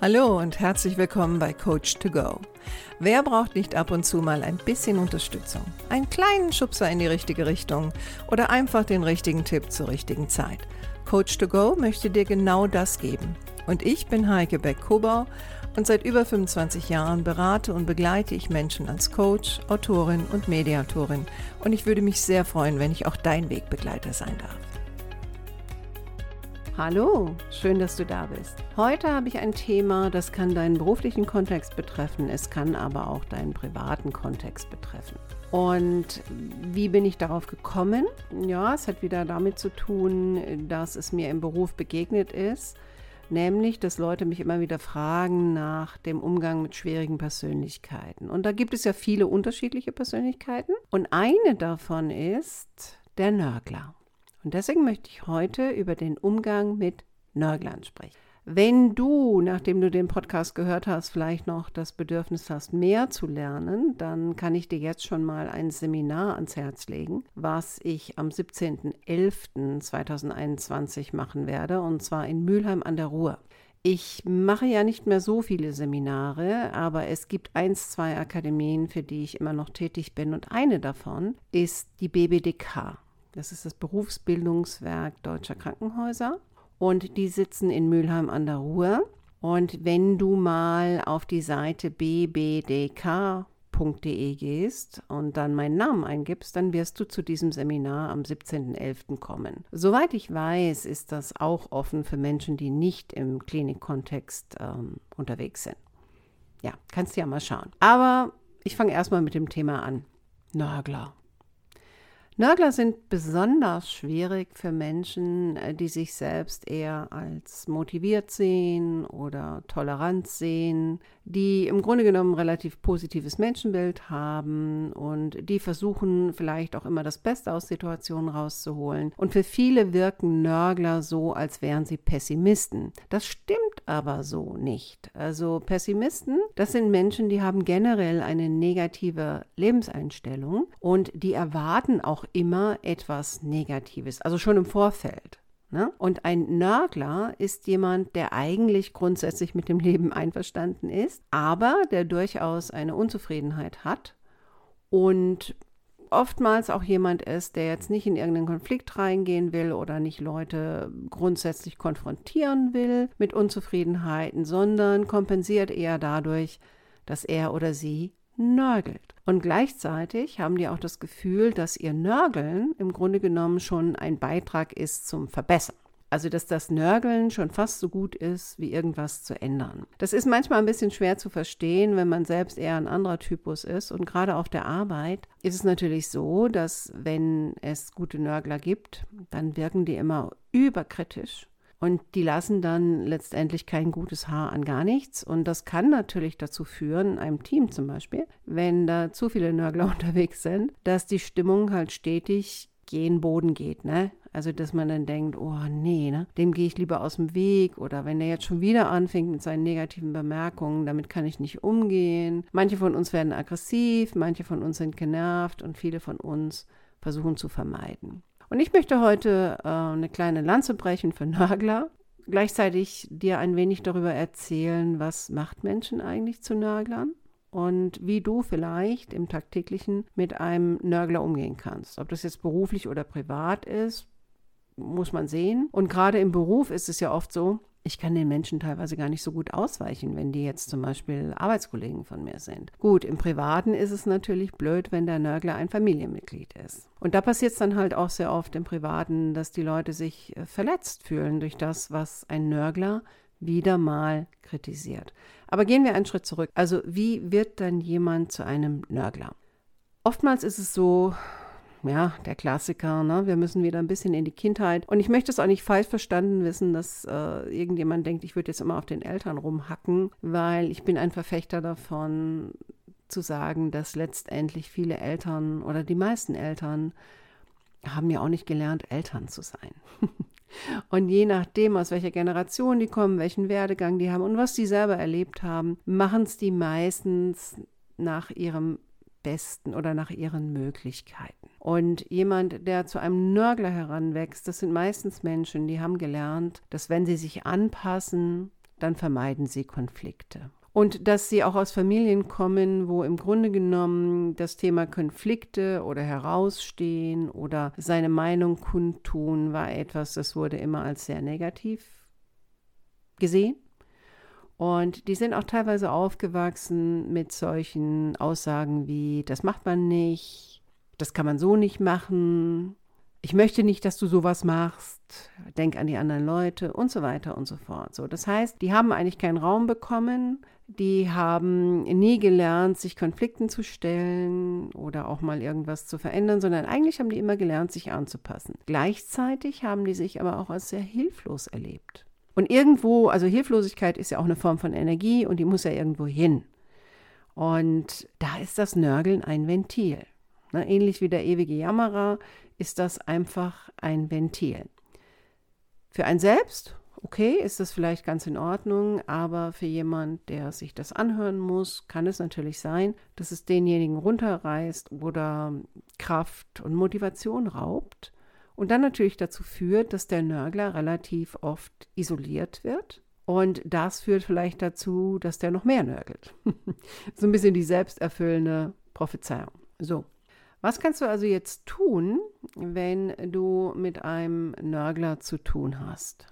Hallo und herzlich willkommen bei Coach2Go. Wer braucht nicht ab und zu mal ein bisschen Unterstützung, einen kleinen Schubser in die richtige Richtung oder einfach den richtigen Tipp zur richtigen Zeit? Coach2Go möchte dir genau das geben. Und ich bin Heike Beck-Kobau und seit über 25 Jahren berate und begleite ich Menschen als Coach, Autorin und Mediatorin. Und ich würde mich sehr freuen, wenn ich auch dein Wegbegleiter sein darf. Hallo, schön, dass du da bist. Heute habe ich ein Thema, das kann deinen beruflichen Kontext betreffen, es kann aber auch deinen privaten Kontext betreffen. Und wie bin ich darauf gekommen? Ja, es hat wieder damit zu tun, dass es mir im Beruf begegnet ist, nämlich, dass Leute mich immer wieder fragen nach dem Umgang mit schwierigen Persönlichkeiten. Und da gibt es ja viele unterschiedliche Persönlichkeiten und eine davon ist der Nörgler. Und deswegen möchte ich heute über den Umgang mit Nörglern sprechen. Wenn du, nachdem du den Podcast gehört hast, vielleicht noch das Bedürfnis hast, mehr zu lernen, dann kann ich dir jetzt schon mal ein Seminar ans Herz legen, was ich am 17.11.2021 machen werde, und zwar in Mülheim an der Ruhr. Ich mache ja nicht mehr so viele Seminare, aber es gibt 2 Akademien, für die ich immer noch tätig bin, und eine davon ist die BBDK. Das ist das Berufsbildungswerk Deutscher Krankenhäuser und die sitzen in Mülheim an der Ruhr. Und wenn du mal auf die Seite bbdk.de gehst und dann meinen Namen eingibst, dann wirst du zu diesem Seminar am 17.11. kommen. Soweit ich weiß, ist das auch offen für Menschen, die nicht im Klinikkontext unterwegs sind. Ja, kannst du ja mal schauen. Aber ich fange erstmal mit dem Thema an. Nörgler. Nörgler sind besonders schwierig für Menschen, die sich selbst eher als motiviert sehen oder tolerant sehen, die im Grunde genommen ein relativ positives Menschenbild haben und die versuchen vielleicht auch immer das Beste aus Situationen rauszuholen. Und für viele wirken Nörgler so, als wären sie Pessimisten. Das stimmt aber so nicht. Also Pessimisten, das sind Menschen, die haben generell eine negative Lebenseinstellung und die erwarten auch immer etwas Negatives, also schon im Vorfeld. Ne? Und ein Nörgler ist jemand, der eigentlich grundsätzlich mit dem Leben einverstanden ist, aber der durchaus eine Unzufriedenheit hat und oftmals auch jemand ist, der jetzt nicht in irgendeinen Konflikt reingehen will oder nicht Leute grundsätzlich konfrontieren will mit Unzufriedenheiten, sondern kompensiert eher dadurch, dass er oder sie nörgelt. Und gleichzeitig haben die auch das Gefühl, dass ihr Nörgeln im Grunde genommen schon ein Beitrag ist zum Verbessern. Also, dass das Nörgeln schon fast so gut ist, wie irgendwas zu ändern. Das ist manchmal ein bisschen schwer zu verstehen, wenn man selbst eher ein anderer Typus ist. Und gerade auf der Arbeit ist es natürlich so, dass wenn es gute Nörgler gibt, dann wirken die immer überkritisch. Und die lassen dann letztendlich kein gutes Haar an gar nichts. Und das kann natürlich dazu führen, in einem Team zum Beispiel, wenn da zu viele Nörgler unterwegs sind, dass die Stimmung halt stetig gen Boden geht, ne? Also, dass man dann denkt, oh nee, ne? Dem gehe ich lieber aus dem Weg. Oder wenn der jetzt schon wieder anfängt mit seinen negativen Bemerkungen, damit kann ich nicht umgehen. Manche von uns werden aggressiv, manche von uns sind genervt und viele von uns versuchen zu vermeiden. Und ich möchte heute eine kleine Lanze brechen für Nörgler, gleichzeitig dir ein wenig darüber erzählen, was macht Menschen eigentlich zu Nörglern und wie du vielleicht im Tagtäglichen mit einem Nörgler umgehen kannst. Ob das jetzt beruflich oder privat ist, muss man sehen. Und gerade im Beruf ist es ja oft so, ich kann den Menschen teilweise gar nicht so gut ausweichen, wenn die jetzt zum Beispiel Arbeitskollegen von mir sind. Gut, im Privaten ist es natürlich blöd, wenn der Nörgler ein Familienmitglied ist. Und da passiert es dann halt auch sehr oft im Privaten, dass die Leute sich verletzt fühlen durch das, was ein Nörgler wieder mal kritisiert. Aber gehen wir einen Schritt zurück. Also wie wird dann jemand zu einem Nörgler? Oftmals ist es so, ja, der Klassiker, ne? Wir müssen wieder ein bisschen in die Kindheit. Und ich möchte es auch nicht falsch verstanden wissen, dass irgendjemand denkt, ich würde jetzt immer auf den Eltern rumhacken, weil ich bin ein Verfechter davon, zu sagen, dass letztendlich viele Eltern oder die meisten Eltern haben ja auch nicht gelernt, Eltern zu sein. Und je nachdem, aus welcher Generation die kommen, welchen Werdegang die haben und was die selber erlebt haben, machen es die meistens nach ihrem Besten oder nach ihren Möglichkeiten. Und jemand, der zu einem Nörgler heranwächst, das sind meistens Menschen, die haben gelernt, dass wenn sie sich anpassen, dann vermeiden sie Konflikte. Und dass sie auch aus Familien kommen, wo im Grunde genommen das Thema Konflikte oder herausstehen oder seine Meinung kundtun, war etwas, das wurde immer als sehr negativ gesehen. Und die sind auch teilweise aufgewachsen mit solchen Aussagen wie, das macht man nicht, das kann man so nicht machen, ich möchte nicht, dass du sowas machst, denk an die anderen Leute und so weiter und so fort. So, das heißt, die haben eigentlich keinen Raum bekommen, die haben nie gelernt, sich Konflikten zu stellen oder auch mal irgendwas zu verändern, sondern eigentlich haben die immer gelernt, sich anzupassen. Gleichzeitig haben die sich aber auch als sehr hilflos erlebt. Und irgendwo, also Hilflosigkeit ist ja auch eine Form von Energie und die muss ja irgendwo hin. Und da ist das Nörgeln ein Ventil. Ne, ähnlich wie der ewige Jammerer ist das einfach ein Ventil. Für einen selbst, okay, ist das vielleicht ganz in Ordnung, aber für jemand, der sich das anhören muss, kann es natürlich sein, dass es denjenigen runterreißt oder Kraft und Motivation raubt und dann natürlich dazu führt, dass der Nörgler relativ oft isoliert wird. Und das führt vielleicht dazu, dass der noch mehr nörgelt. So ein bisschen die selbsterfüllende Prophezeiung. So. Was kannst du also jetzt tun, wenn du mit einem Nörgler zu tun hast?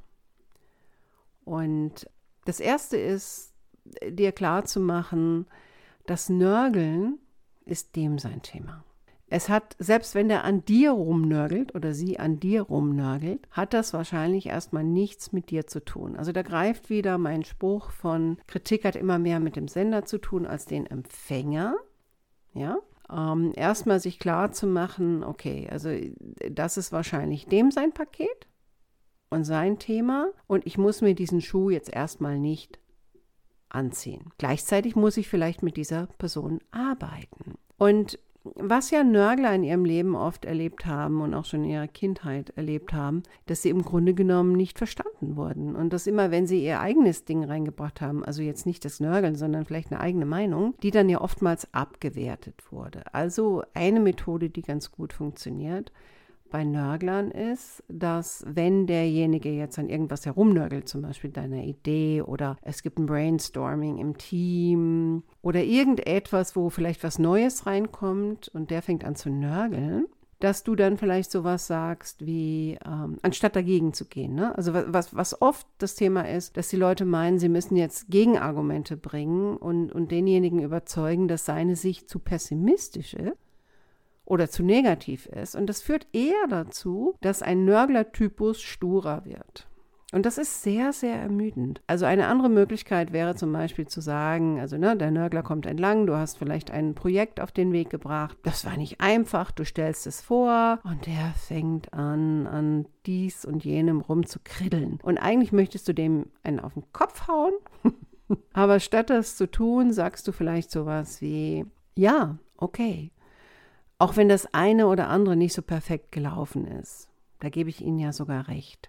Und das Erste ist, dir klarzumachen, das Nörgeln ist dem sein Thema. Es hat, selbst wenn der an dir rumnörgelt oder sie an dir rumnörgelt, hat das wahrscheinlich erstmal nichts mit dir zu tun. Also da greift wieder mein Spruch von, Kritik hat immer mehr mit dem Sender zu tun als den Empfänger, ja. Erstmal sich klar zu machen, okay, also das ist wahrscheinlich dem sein Paket und sein Thema und ich muss mir diesen Schuh jetzt erstmal nicht anziehen. Gleichzeitig muss ich vielleicht mit dieser Person arbeiten. Und was ja Nörgler in ihrem Leben oft erlebt haben und auch schon in ihrer Kindheit erlebt haben, dass sie im Grunde genommen nicht verstanden wurden. Und dass immer, wenn sie ihr eigenes Ding reingebracht haben, also jetzt nicht das Nörgeln, sondern vielleicht eine eigene Meinung, die dann ja oftmals abgewertet wurde. Also eine Methode, die ganz gut funktioniert bei Nörglern ist, dass wenn derjenige jetzt an irgendwas herumnörgelt, zum Beispiel deiner Idee oder es gibt ein Brainstorming im Team oder irgendetwas, wo vielleicht was Neues reinkommt und der fängt an zu nörgeln, dass du dann vielleicht sowas sagst wie, anstatt dagegen zu gehen. Ne? Also was oft das Thema ist, dass die Leute meinen, sie müssen jetzt Gegenargumente bringen und denjenigen überzeugen, dass seine Sicht zu pessimistisch ist oder zu negativ ist. Und das führt eher dazu, dass ein Nörgler-Typus sturer wird. Und das ist sehr, sehr ermüdend. Also eine andere Möglichkeit wäre zum Beispiel zu sagen, also der Nörgler kommt entlang, du hast vielleicht ein Projekt auf den Weg gebracht, das war nicht einfach, du stellst es vor und der fängt an dies und jenem rumzukriddeln. Und eigentlich möchtest du dem einen auf den Kopf hauen, aber statt das zu tun, sagst du vielleicht sowas wie, ja, okay, auch wenn das eine oder andere nicht so perfekt gelaufen ist, da gebe ich Ihnen ja sogar recht.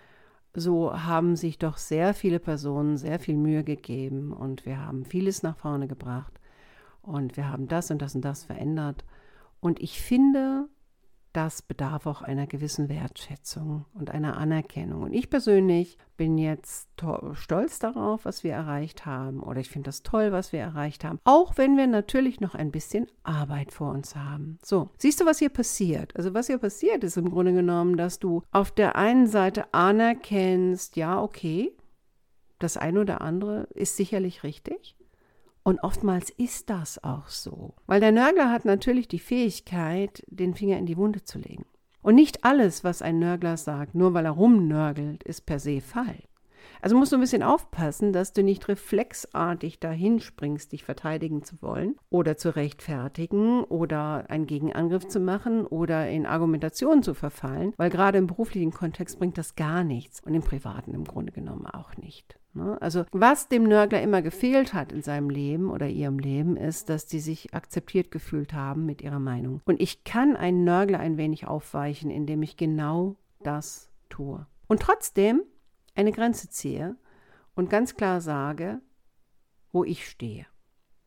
So haben sich doch sehr viele Personen sehr viel Mühe gegeben und wir haben vieles nach vorne gebracht und wir haben das und das und das verändert. Und ich finde, das bedarf auch einer gewissen Wertschätzung und einer Anerkennung. Und ich persönlich bin jetzt stolz darauf, was wir erreicht haben. Oder ich finde das toll, was wir erreicht haben. Auch wenn wir natürlich noch ein bisschen Arbeit vor uns haben. So, siehst du, was hier passiert? Also was hier passiert, ist im Grunde genommen, dass du auf der einen Seite anerkennst, ja, okay, das eine oder andere ist sicherlich richtig. Und oftmals ist das auch so. Weil der Nörgler hat natürlich die Fähigkeit, den Finger in die Wunde zu legen. Und nicht alles, was ein Nörgler sagt, nur weil er rumnörgelt, ist per se falsch. Also musst du ein bisschen aufpassen, dass du nicht reflexartig dahin springst, dich verteidigen zu wollen oder zu rechtfertigen oder einen Gegenangriff zu machen oder in Argumentation zu verfallen, weil gerade im beruflichen Kontext bringt das gar nichts und im privaten im Grunde genommen auch nicht. Also was dem Nörgler immer gefehlt hat in seinem Leben oder ihrem Leben, ist, dass die sich akzeptiert gefühlt haben mit ihrer Meinung. Und ich kann einen Nörgler ein wenig aufweichen, indem ich genau das tue. Und trotzdem eine Grenze ziehe und ganz klar sage, wo ich stehe.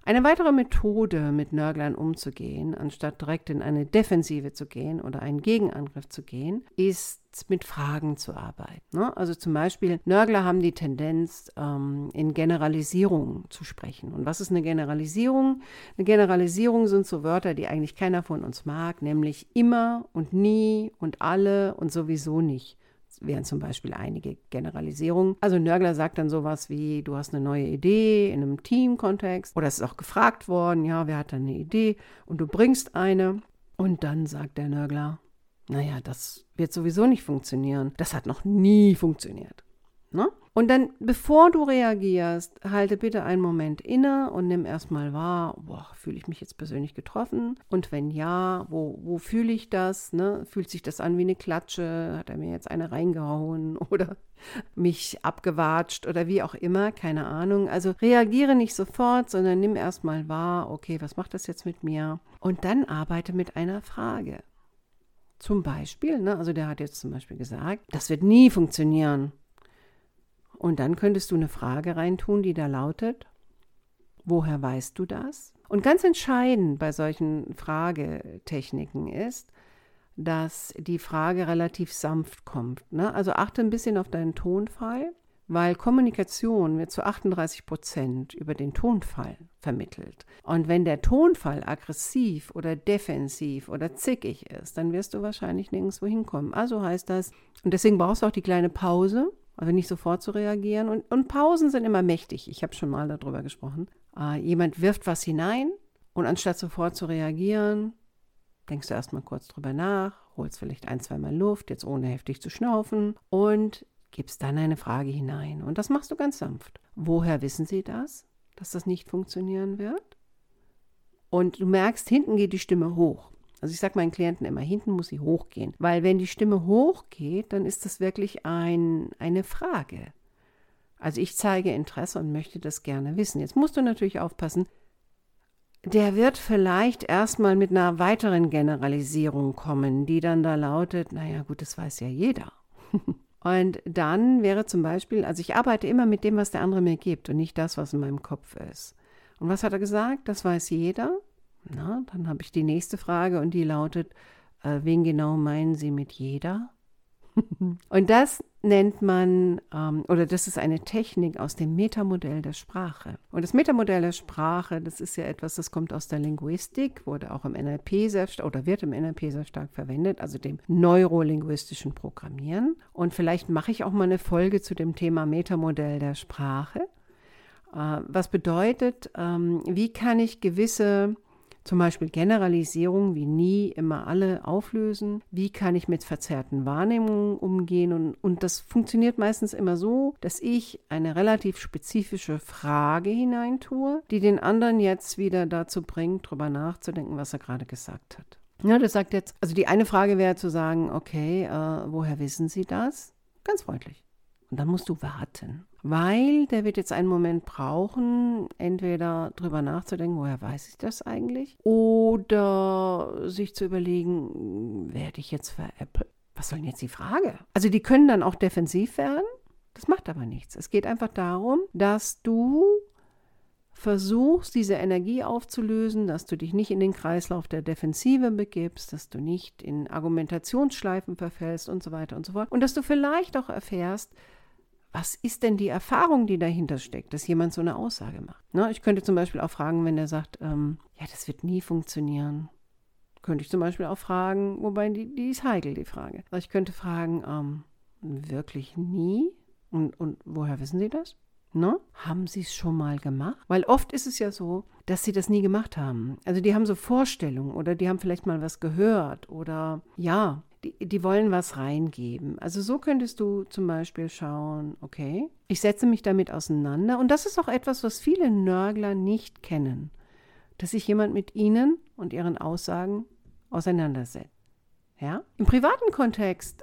Eine weitere Methode, mit Nörglern umzugehen, anstatt direkt in eine Defensive zu gehen oder einen Gegenangriff zu gehen, ist mit Fragen zu arbeiten. Also zum Beispiel, Nörgler haben die Tendenz, in Generalisierungen zu sprechen. Und was ist eine Generalisierung? Eine Generalisierung sind so Wörter, die eigentlich keiner von uns mag, nämlich immer und nie und alle und sowieso nicht. Das wären zum Beispiel einige Generalisierungen. Also Nörgler sagt dann sowas wie, du hast eine neue Idee in einem Teamkontext oder es ist auch gefragt worden, ja, wer hat da eine Idee und du bringst eine und dann sagt der Nörgler, naja, das wird sowieso nicht funktionieren. Das hat noch nie funktioniert. Ne? Und dann, bevor du reagierst, halte bitte einen Moment inne und nimm erstmal wahr, fühle ich mich jetzt persönlich getroffen? Und wenn ja, wo fühle ich das? Ne? Fühlt sich das an wie eine Klatsche? Hat er mir jetzt eine reingehauen oder mich abgewatscht oder wie auch immer? Keine Ahnung. Also reagiere nicht sofort, sondern nimm erstmal wahr, okay, was macht das jetzt mit mir? Und dann arbeite mit einer Frage. Zum Beispiel, also der hat jetzt zum Beispiel gesagt, das wird nie funktionieren. Und dann könntest du eine Frage reintun, die da lautet, woher weißt du das? Und ganz entscheidend bei solchen Fragetechniken ist, dass die Frage relativ sanft kommt. Also achte ein bisschen auf deinen Tonfall, weil Kommunikation wird zu 38% über den Tonfall vermittelt. Und wenn der Tonfall aggressiv oder defensiv oder zickig ist, dann wirst du wahrscheinlich nirgendwo hinkommen. Also heißt das, und deswegen brauchst du auch die kleine Pause, also nicht sofort zu reagieren. Und Pausen sind immer mächtig. Ich habe schon mal darüber gesprochen. Jemand wirft was hinein und anstatt sofort zu reagieren, denkst du erstmal kurz drüber nach, holst vielleicht 1-2 Mal Luft, jetzt ohne heftig zu schnaufen und gibst dann eine Frage hinein. Und das machst du ganz sanft. Woher wissen Sie das, dass das nicht funktionieren wird? Und du merkst, hinten geht die Stimme hoch. Also ich sage meinen Klienten immer, hinten muss sie hochgehen. Weil wenn die Stimme hochgeht, dann ist das wirklich eine Frage. Also ich zeige Interesse und möchte das gerne wissen. Jetzt musst du natürlich aufpassen, der wird vielleicht erstmal mit einer weiteren Generalisierung kommen, die dann da lautet, naja gut, das weiß ja jeder. Und dann wäre zum Beispiel, also ich arbeite immer mit dem, was der andere mir gibt und nicht das, was in meinem Kopf ist. Und was hat er gesagt? Das weiß jeder. Na, dann habe ich die nächste Frage und die lautet, wen genau meinen Sie mit jeder? Und das nennt man, oder das ist eine Technik aus dem Metamodell der Sprache. Und das Metamodell der Sprache, das ist ja etwas, das kommt aus der Linguistik, wurde auch im NLP wird im NLP sehr stark verwendet, also dem neurolinguistischen Programmieren. Und vielleicht mache ich auch mal eine Folge zu dem Thema Metamodell der Sprache. Was bedeutet, wie kann ich gewisse zum Beispiel Generalisierung wie nie, immer alle auflösen. Wie kann ich mit verzerrten Wahrnehmungen umgehen? Und das funktioniert meistens immer so, dass ich eine relativ spezifische Frage hineintue, die den anderen jetzt wieder dazu bringt, drüber nachzudenken, was er gerade gesagt hat. Ja, das sagt jetzt, also die eine Frage wäre zu sagen, okay, woher wissen Sie das? Ganz freundlich. Und dann musst du warten. Weil der wird jetzt einen Moment brauchen, entweder drüber nachzudenken, woher weiß ich das eigentlich? Oder sich zu überlegen, werde ich jetzt veräppelt? Was soll denn jetzt die Frage? Also die können dann auch defensiv werden, das macht aber nichts. Es geht einfach darum, dass du versuchst, diese Energie aufzulösen, dass du dich nicht in den Kreislauf der Defensive begibst, dass du nicht in Argumentationsschleifen verfällst und so weiter und so fort. Und dass du vielleicht auch erfährst, was ist denn die Erfahrung, die dahinter steckt, dass jemand so eine Aussage macht? Ich könnte zum Beispiel auch fragen, wenn er sagt, ja, das wird nie funktionieren. Könnte ich zum Beispiel auch fragen, wobei die ist heikel, die Frage. Also ich könnte fragen, wirklich nie? Und woher wissen Sie das? Haben Sie es schon mal gemacht? Weil oft ist es ja so, dass sie das nie gemacht haben. Also die haben so Vorstellungen oder die haben vielleicht mal was gehört oder ja, die wollen was reingeben. Also so könntest du zum Beispiel schauen, okay, ich setze mich damit auseinander. Und das ist auch etwas, was viele Nörgler nicht kennen, dass sich jemand mit ihnen und ihren Aussagen auseinandersetzt. Ja? Im privaten Kontext,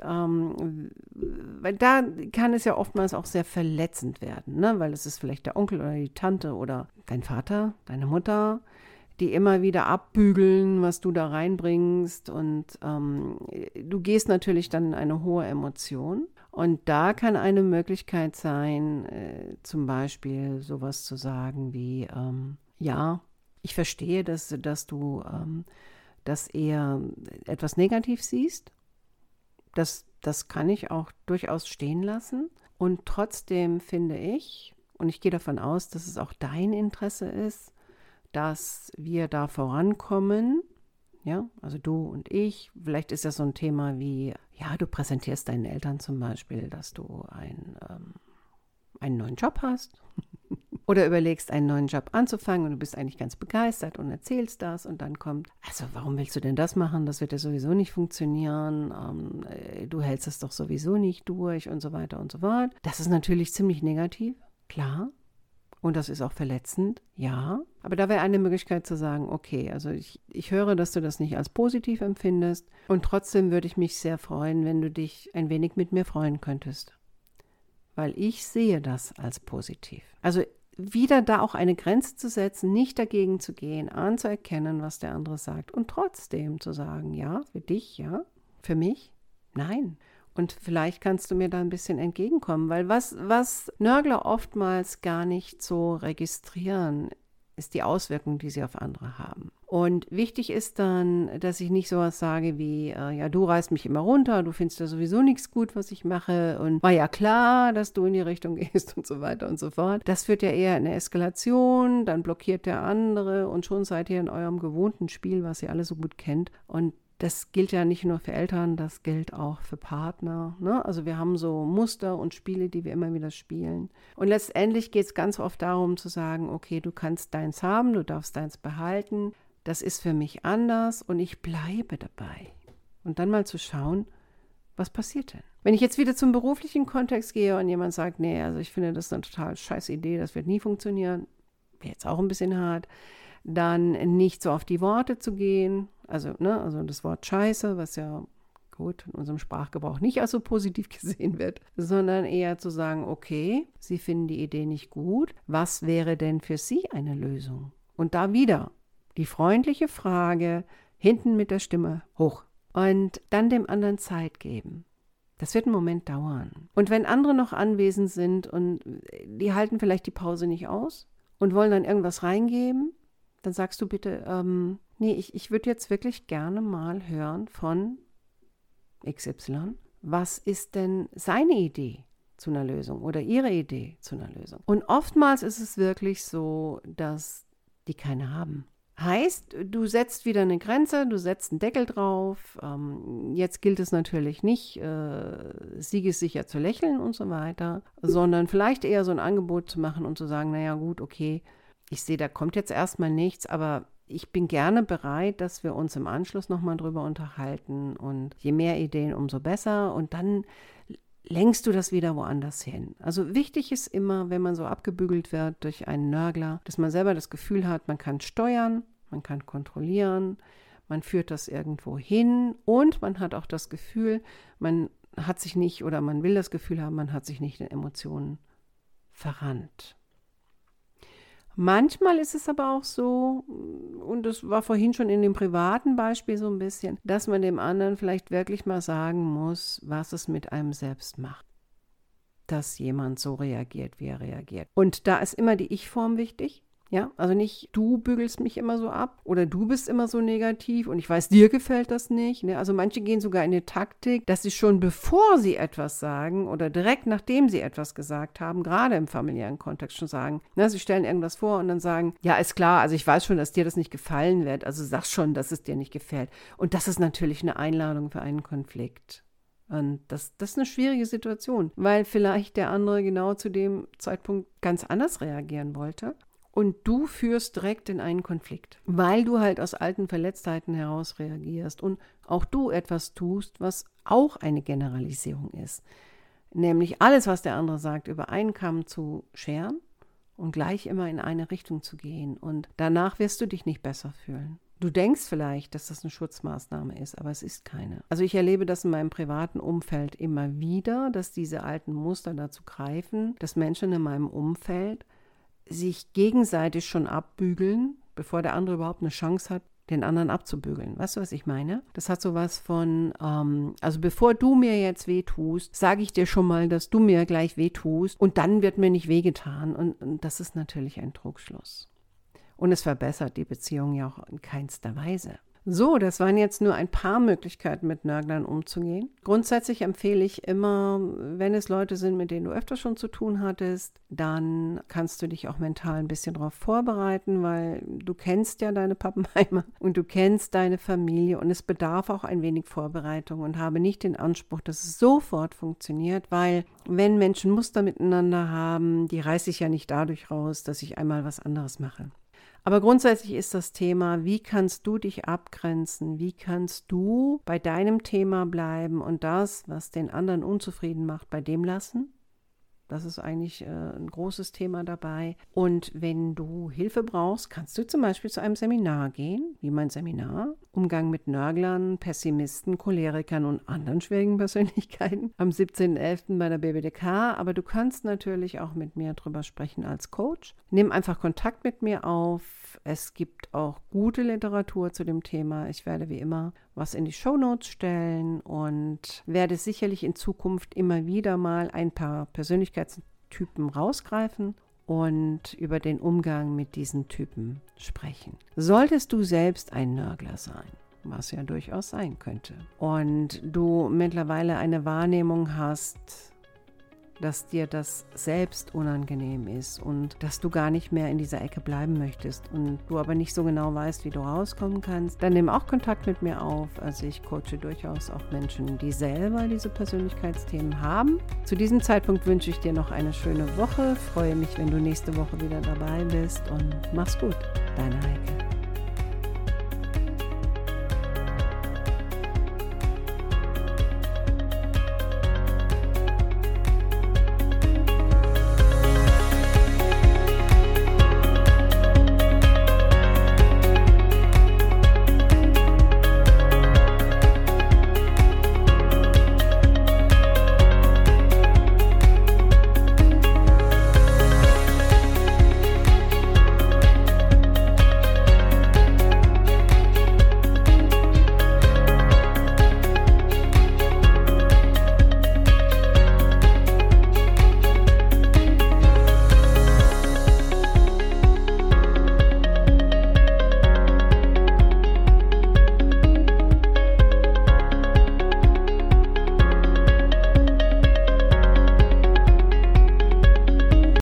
weil da kann es ja oftmals auch sehr verletzend werden, weil es ist vielleicht der Onkel oder die Tante oder dein Vater, deine Mutter, die immer wieder abbügeln, was du da reinbringst und du gehst natürlich dann in eine hohe Emotion und da kann eine Möglichkeit sein, zum Beispiel sowas zu sagen wie, ja, Ich verstehe, dass du das eher etwas negativ siehst. Das kann ich auch durchaus stehen lassen. Und trotzdem finde ich, und ich gehe davon aus, dass es auch dein Interesse ist, dass wir da vorankommen. Ja, also du und ich. Vielleicht ist das so ein Thema wie, ja, du präsentierst deinen Eltern zum Beispiel, dass du einen neuen Job hast. Oder überlegst, einen neuen Job anzufangen und du bist eigentlich ganz begeistert und erzählst das und dann kommt, also warum willst du denn das machen? Das wird ja sowieso nicht funktionieren. Du hältst es doch sowieso nicht durch und so weiter und so fort. Das ist natürlich ziemlich negativ, klar. Und das ist auch verletzend, ja. Aber da wäre eine Möglichkeit zu sagen, okay, also ich höre, dass du das nicht als positiv empfindest und trotzdem würde ich mich sehr freuen, wenn du dich ein wenig mit mir freuen könntest. Weil ich sehe das als positiv. Also wieder da auch eine Grenze zu setzen, nicht dagegen zu gehen, anzuerkennen, was der andere sagt und trotzdem zu sagen, ja, für dich, ja, für mich, nein. Und vielleicht kannst du mir da ein bisschen entgegenkommen, weil was Nörgler oftmals gar nicht so registrieren, ist die Auswirkung, die sie auf andere haben. Und wichtig ist dann, dass ich nicht sowas sage wie, ja, du reißt mich immer runter, du findest ja sowieso nichts gut, was ich mache und war ja klar, dass du in die Richtung gehst und so weiter und so fort. Das führt ja eher in eine Eskalation, dann blockiert der andere und schon seid ihr in eurem gewohnten Spiel, was ihr alle so gut kennt. Und das gilt ja nicht nur für Eltern, das gilt auch für Partner. Ne? Also wir haben so Muster und Spiele, die wir immer wieder spielen. Und letztendlich geht es ganz oft darum zu sagen, okay, du kannst deins haben, du darfst deins behalten. Das ist für mich anders und ich bleibe dabei. Und dann mal zu schauen, was passiert denn? Wenn ich jetzt wieder zum beruflichen Kontext gehe und jemand sagt, nee, also ich finde das eine total scheiß Idee, das wird nie funktionieren, wäre jetzt auch ein bisschen hart, dann nicht so auf die Worte zu gehen, also das Wort Scheiße, was ja gut in unserem Sprachgebrauch nicht als so positiv gesehen wird, sondern eher zu sagen, okay, Sie finden die Idee nicht gut, was wäre denn für Sie eine Lösung? Und da wieder die freundliche Frage, hinten mit der Stimme hoch und dann dem anderen Zeit geben. Das wird einen Moment dauern. Und wenn andere noch anwesend sind und die halten vielleicht die Pause nicht aus und wollen dann irgendwas reingeben, dann sagst du bitte, nee, ich würde jetzt wirklich gerne mal hören von XY, was ist denn seine Idee zu einer Lösung oder ihre Idee zu einer Lösung? Und oftmals ist es wirklich so, dass die keine haben. Heißt, du setzt wieder eine Grenze, du setzt einen Deckel drauf. Jetzt gilt es natürlich nicht, siegessicher zu lächeln und so weiter, sondern vielleicht eher so ein Angebot zu machen und zu sagen, naja gut, okay, ich sehe, da kommt jetzt erstmal nichts, aber ich bin gerne bereit, dass wir uns im Anschluss nochmal drüber unterhalten und je mehr Ideen, umso besser und dann lenkst du das wieder woanders hin. Also wichtig ist immer, wenn man so abgebügelt wird durch einen Nörgler, dass man selber das Gefühl hat, man kann steuern, man kann kontrollieren, man führt das irgendwo hin und man hat auch das Gefühl, man hat sich nicht oder man will das Gefühl haben, man hat sich nicht in Emotionen verrannt. Manchmal ist es aber auch so, und das war vorhin schon in dem privaten Beispiel so ein bisschen, dass man dem anderen vielleicht wirklich mal sagen muss, was es mit einem selbst macht, dass jemand so reagiert, wie er reagiert. Und da ist immer die Ich-Form wichtig. Ja, also nicht du bügelst mich immer so ab oder du bist immer so negativ und ich weiß, dir gefällt das nicht. Ne? Also manche gehen sogar in die Taktik, dass sie schon bevor sie etwas sagen oder direkt nachdem sie etwas gesagt haben, gerade im familiären Kontext schon sagen, ne, sie stellen irgendwas vor und dann sagen, ja, ist klar, also ich weiß schon, dass dir das nicht gefallen wird, also sag schon, dass es dir nicht gefällt. Und das ist natürlich eine Einladung für einen Konflikt. Und das ist eine schwierige Situation, weil vielleicht der andere genau zu dem Zeitpunkt ganz anders reagieren wollte. Und du führst direkt in einen Konflikt, weil du halt aus alten Verletztheiten heraus reagierst und auch du etwas tust, was auch eine Generalisierung ist. Nämlich alles, was der andere sagt, über einen Kamm zu scheren und gleich immer in eine Richtung zu gehen. Und danach wirst du dich nicht besser fühlen. Du denkst vielleicht, dass das eine Schutzmaßnahme ist, aber es ist keine. Also ich erlebe das in meinem privaten Umfeld immer wieder, dass diese alten Muster dazu greifen, dass Menschen in meinem Umfeld sich gegenseitig schon abbügeln, bevor der andere überhaupt eine Chance hat, den anderen abzubügeln. Weißt du, was ich meine? Das hat sowas von, also bevor du mir jetzt wehtust, sage ich dir schon mal, dass du mir gleich wehtust und dann wird mir nicht wehgetan. Und das ist natürlich ein Trugschluss. Und es verbessert die Beziehung ja auch in keinster Weise. So, das waren jetzt nur ein paar Möglichkeiten, mit Nörglern umzugehen. Grundsätzlich empfehle ich immer, wenn es Leute sind, mit denen du öfter schon zu tun hattest, dann kannst du dich auch mental ein bisschen darauf vorbereiten, weil du kennst ja deine Pappenheimer und du kennst deine Familie und es bedarf auch ein wenig Vorbereitung und habe nicht den Anspruch, dass es sofort funktioniert, weil wenn Menschen Muster miteinander haben, die reiße ich ja nicht dadurch raus, dass ich einmal was anderes mache. Aber grundsätzlich ist das Thema, wie kannst du dich abgrenzen, wie kannst du bei deinem Thema bleiben und das, was den anderen unzufrieden macht, bei dem lassen? Das ist eigentlich ein großes Thema dabei. Und wenn du Hilfe brauchst, kannst du zum Beispiel zu einem Seminar gehen, wie mein Seminar, Umgang mit Nörglern, Pessimisten, Cholerikern und anderen schwierigen Persönlichkeiten am 17.11. bei der BBDK. Aber du kannst natürlich auch mit mir drüber sprechen als Coach. Nimm einfach Kontakt mit mir auf. Es gibt auch gute Literatur zu dem Thema. Ich werde wie immer was in die Shownotes stellen und werde sicherlich in Zukunft immer wieder mal ein paar Persönlichkeitstypen rausgreifen und über den Umgang mit diesen Typen sprechen. Solltest du selbst ein Nörgler sein, was ja durchaus sein könnte, und du mittlerweile eine Wahrnehmung hast, dass dir das selbst unangenehm ist und dass du gar nicht mehr in dieser Ecke bleiben möchtest und du aber nicht so genau weißt, wie du rauskommen kannst, dann nimm auch Kontakt mit mir auf. Also ich coache durchaus auch Menschen, die selber diese Persönlichkeitsthemen haben. Zu diesem Zeitpunkt wünsche ich dir noch eine schöne Woche. Freue mich, wenn du nächste Woche wieder dabei bist und mach's gut. Deine Heike.